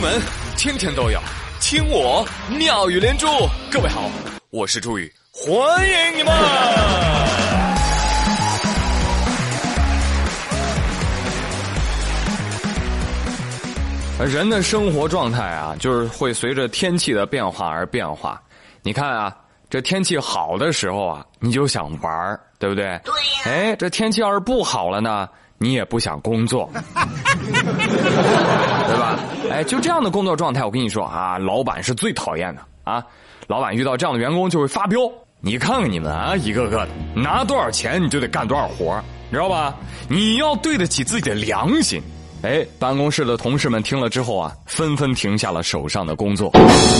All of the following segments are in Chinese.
闻天天都有，听我妙语连珠。各位好，我是朱宇，欢迎你们。人的生活状态啊，就是会随着天气的变化而变化。你看啊，这天气好的时候啊，你就想玩，对不对？对呀。哎，这天气要是不好了呢，你也不想工作，对吧？哎，就这样的工作状态，我跟你说啊，老板是最讨厌的啊。老板遇到这样的员工就会发飙。你看看你们啊，一个个的拿多少钱你就得干多少活，你知道吧？你要对得起自己的良心。哎，办公室的同事们听了之后啊，纷纷停下了手上的工作。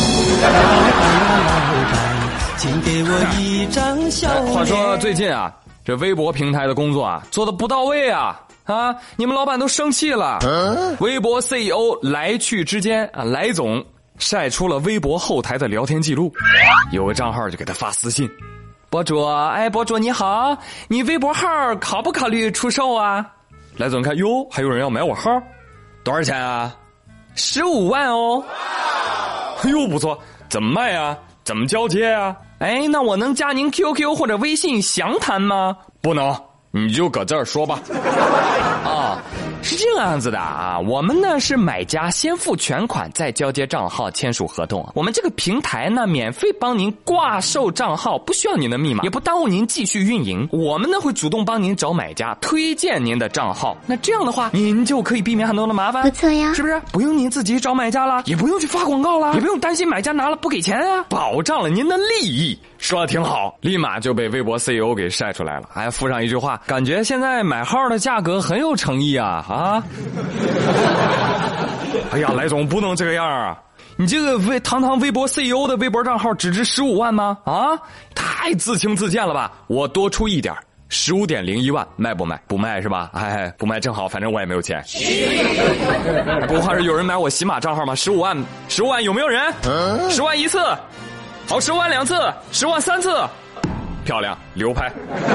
请给我一张笑脸。 话说最近啊，这微博平台的工作啊，做得不到位啊！啊，你们老板都生气了。微博 CEO 来去之间啊，来总晒出了微博后台的聊天记录，有个账号就给他发私信：博主，哎，博主你好，你微博号考不考虑出售啊？来总看，哟，还有人要买我号，多少钱啊？15万哦。哎呦，不错，怎么卖啊？怎么交接啊？哎，那我能加您 QQ 或者微信详谈吗？不能，你就搁这儿说吧。啊，是这样子的啊，我们呢是买家先付全款，再交接账号，签署合同。我们这个平台呢，免费帮您挂售账号，不需要您的密码，也不耽误您继续运营。我们呢会主动帮您找买家，推荐您的账号。那这样的话，您就可以避免很多的麻烦， 不错呀， 是不是？不用您自己找买家了，也不用去发广告了，也不用担心买家拿了不给钱啊，保障了您的利益。说的挺好，立马就被微博 CEO 给晒出来了，还附上一句话：感觉现在买号的价格很有诚意啊！啊！哎呀，来总不能这个样啊！你这个堂堂微博 CEO 的微博账号只值15万吗？啊，太自轻自贱了吧！我多出一点，15.01万，卖不卖？不卖是吧？哎，不卖正好，反正我也没有钱。不怕是有人买我喜马账号吗？15万有没有人？10万一次。好，10万2次，10万3次，漂亮，流拍，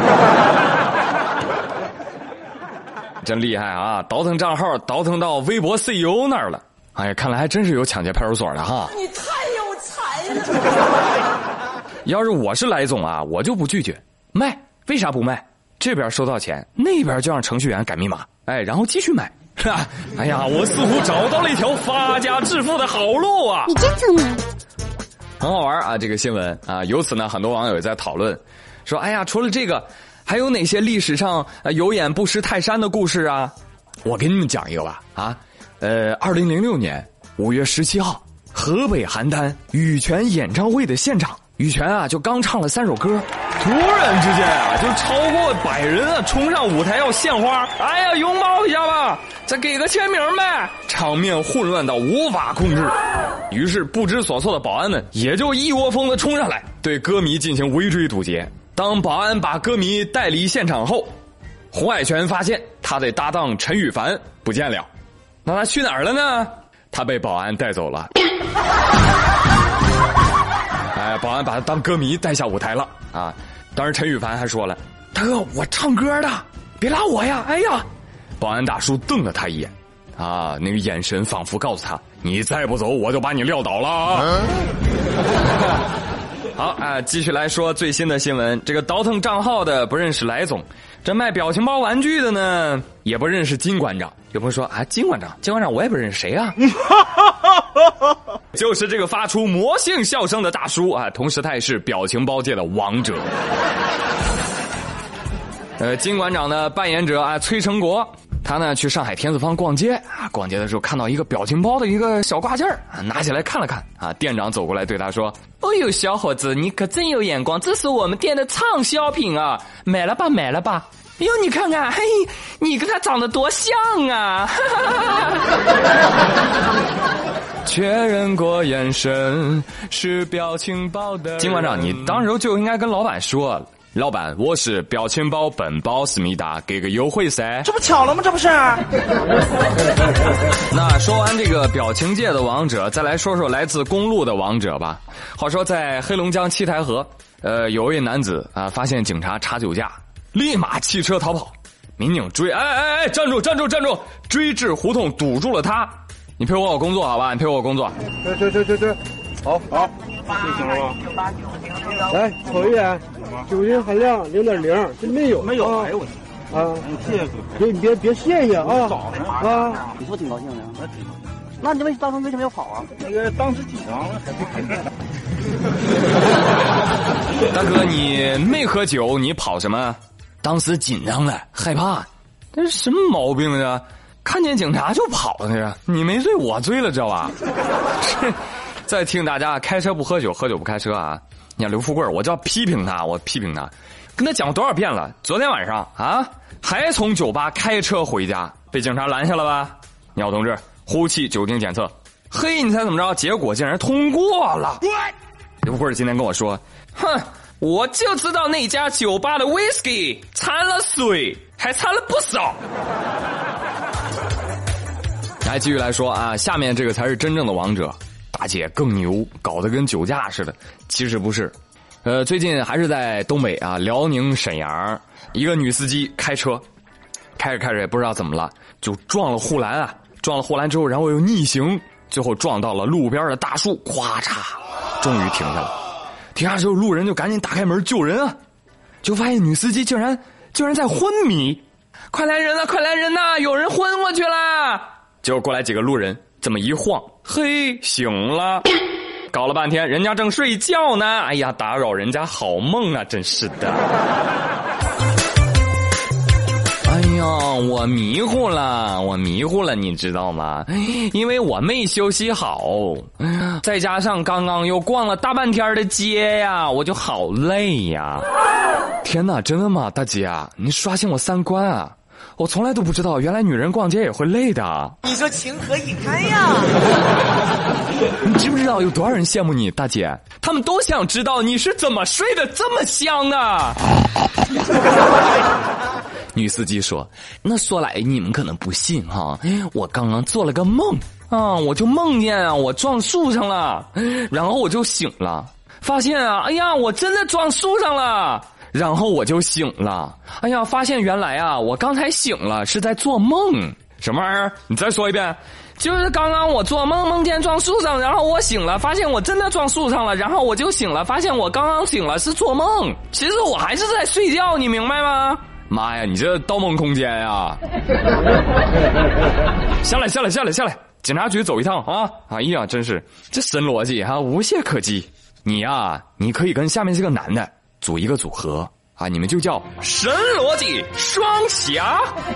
真厉害啊！倒腾账号倒腾到微博 CEO 那儿了，哎呀，看来还真是有抢劫派出所的哈！ 你太有才了！ 要是我是来总啊，我就不拒绝卖，为啥不卖？这边收到钱，那边就让程序员改密码，哎，然后继续买，是吧？哎呀，我似乎找到了一条发家致富的好路啊！ 你真聪明。 很好玩啊，这个新闻啊，由此呢，很多网友也在讨论，说，哎呀，除了这个，还有哪些历史上有眼不识泰山的故事啊？我给你们讲一个吧，啊，2006年5月17号，河北邯郸羽泉演唱会的现场，羽泉啊就刚唱了3首歌，突然之间啊，就超过100人啊冲上舞台要献花，哎呀，拥抱一下吧，再给个签名呗，场面混乱到无法控制。于是不知所措的保安们也就一窝蜂的冲上来，对歌迷进行围追堵截。当保安把歌迷带离现场后，洪海泉发现他的搭档陈羽凡不见了，那他去哪儿了呢？他被保安带走了。哎，保安把他当歌迷带下舞台了啊！当时陈羽凡还说了：“大哥，我唱歌的，别拉我呀！”哎呀，保安大叔瞪了他一眼，啊，那个眼神仿佛告诉他：“你再不走，我就把你撂倒了啊！”好啊，继续来说最新的新闻。这个倒腾账号的不认识来总，这卖表情包玩具的呢也不认识金馆长。有朋友说啊，金馆长我也不认识，谁啊？就是这个发出魔性笑声的大叔啊，同时他也是表情包界的王者。金馆长的扮演者啊，崔成国，他呢去上海天子坊逛街啊，逛街的时候看到一个表情包的一个小挂件啊，拿起来看了看啊，店长走过来对他说：“哦呦，小伙子，你可真有眼光，这是我们店的畅销品啊，买了吧，买了吧。”哎呦，你看看，嘿，你跟他长得多像啊！确认过眼神是表情包的。金馆长，你当时就应该跟老板说。老板，我是表情包本包思密达，给个优惠噻。 这不巧了吗？这不是。 那说完这个表情界的王者，再来说说来自公路的王者吧。话说在黑龙江七台河，有一位男子啊，发现警察查酒驾，立马弃车逃跑。民警追，站住！追至胡同堵住了他。 你陪我工作好吧？你陪我工作。 这，好，这行了吧？来瞅一眼，酒精含量0.0，这没有啊？哎我啊，谢谢哥，你别谢谢啊啊！ 你说挺高兴的，那你当时为什么要跑啊？ 那个当时紧张了，还不开店。 大哥，你没喝酒，你跑什么？当时紧张了，害怕。这是什么毛病啊？看见警察就跑那个，你没醉我醉了，知道吧？再听大家开车不喝酒，喝酒不开车啊！你看刘富贵，我就要批评他，跟他讲了多少遍了？昨天晚上啊，还从酒吧开车回家，被警察拦下了吧？鸟同志，呼气酒精检测，嘿，你猜怎么着？结果竟然通过了。刘富贵今天跟我说，哼，我就知道那家酒吧的 whisky 掺了水，还掺了不少。来，继续来说啊，下面这个才是真正的王者。大姐更牛，搞得跟酒驾似的，其实不是。最近还是在东北啊，辽宁沈阳，一个女司机开车，开着也不知道怎么了，就撞了护栏啊，撞了护栏之后，然后又逆行，最后撞到了路边的大树，咵嚓，终于停下了。停下之后，路人就赶紧打开门救人啊，就发现女司机竟然在昏迷，快来人呐，有人昏过去啦！结果过来几个路人，这么一晃，嘿，醒了。搞了半天，人家正睡觉呢。哎呀，打扰人家好梦啊，真是的。哎呀，我迷糊了，你知道吗？因为我没休息好，再加上刚刚又逛了大半天的街呀，我就好累呀。天哪，真的吗，大姐啊，你刷新我三观啊！我从来都不知道，原来女人逛街也会累的。 你说情何以堪呀？ 你知不知道有多少人羡慕你，大姐？他们都想知道你是怎么睡得这么香的。女司机说：“那说来你们可能不信哈，我刚刚做了个梦啊，我就梦见啊我撞树上了，然后我就醒了，发现啊，哎呀，我真的撞树上了。”然后我就醒了，哎呀，发现原来啊，我刚才醒了是在做梦。什么玩意儿？你再说一遍。就是刚刚我做梦，梦见撞树上，然后我醒了，发现我真的撞树上了，然后我就醒了，发现我刚刚醒了是做梦，其实我还是在睡觉，你明白吗？妈呀，你这盗梦空间呀！下来，警察局走一趟啊！哎呀，真是这神逻辑哈，无懈可击。你呀，你可以跟下面这个男的组一个组合啊，你们就叫神逻辑双侠。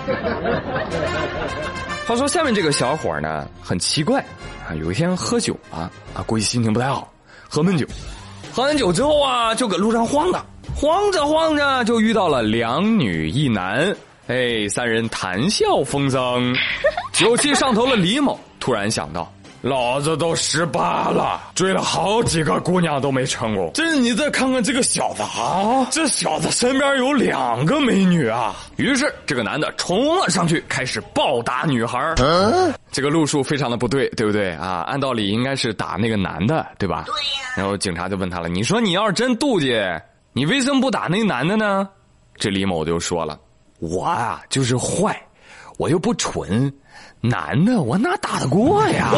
话说下面这个小伙呢很奇怪啊，有一天喝酒啊，估计心情不太好，喝闷酒之后啊，就搁路上晃着就遇到了2女1男，哎，三人谈笑风生，酒气上头了李某突然想到，老子都18了，追了好几个姑娘都没成功。这你再看看这个小子啊，这小子身边有2个美女啊。于是这个男的冲了上去，开始暴打女孩。这个路数非常的不对，对不对啊？按道理应该是打那个男的，对吧？对呀。然后警察就问他了，你说你要是真妒忌，你为什么不打那个男的呢？这李某就说了，我啊就是坏，我又不蠢。男的我哪打得过呀？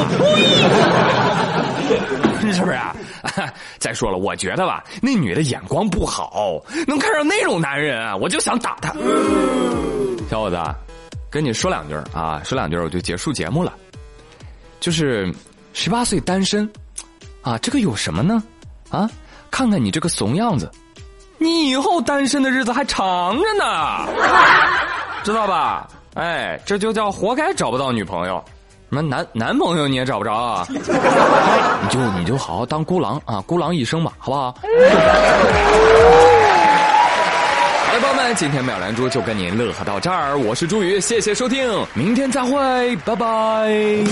是不是啊？再说了，我觉得吧，那女的眼光不好，能看上那种男人啊，我就想打她。小伙子，跟你说2句啊，说2句我就结束节目了。就是18岁单身啊，这个有什么呢？啊，看看你这个怂样子，你以后单身的日子还长着呢，知道吧？哎，这就叫活该找不到女朋友，什么男朋友你也找不着啊？你就好好当孤狼啊，孤狼一生吧，好不好？好了，朋友们，今天妙兰珠就跟您乐呵到这儿，我是朱宇，谢谢收听，明天再会，拜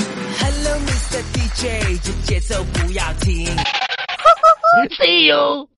拜。Hello Mr. DJ， 这节奏不要停。See you。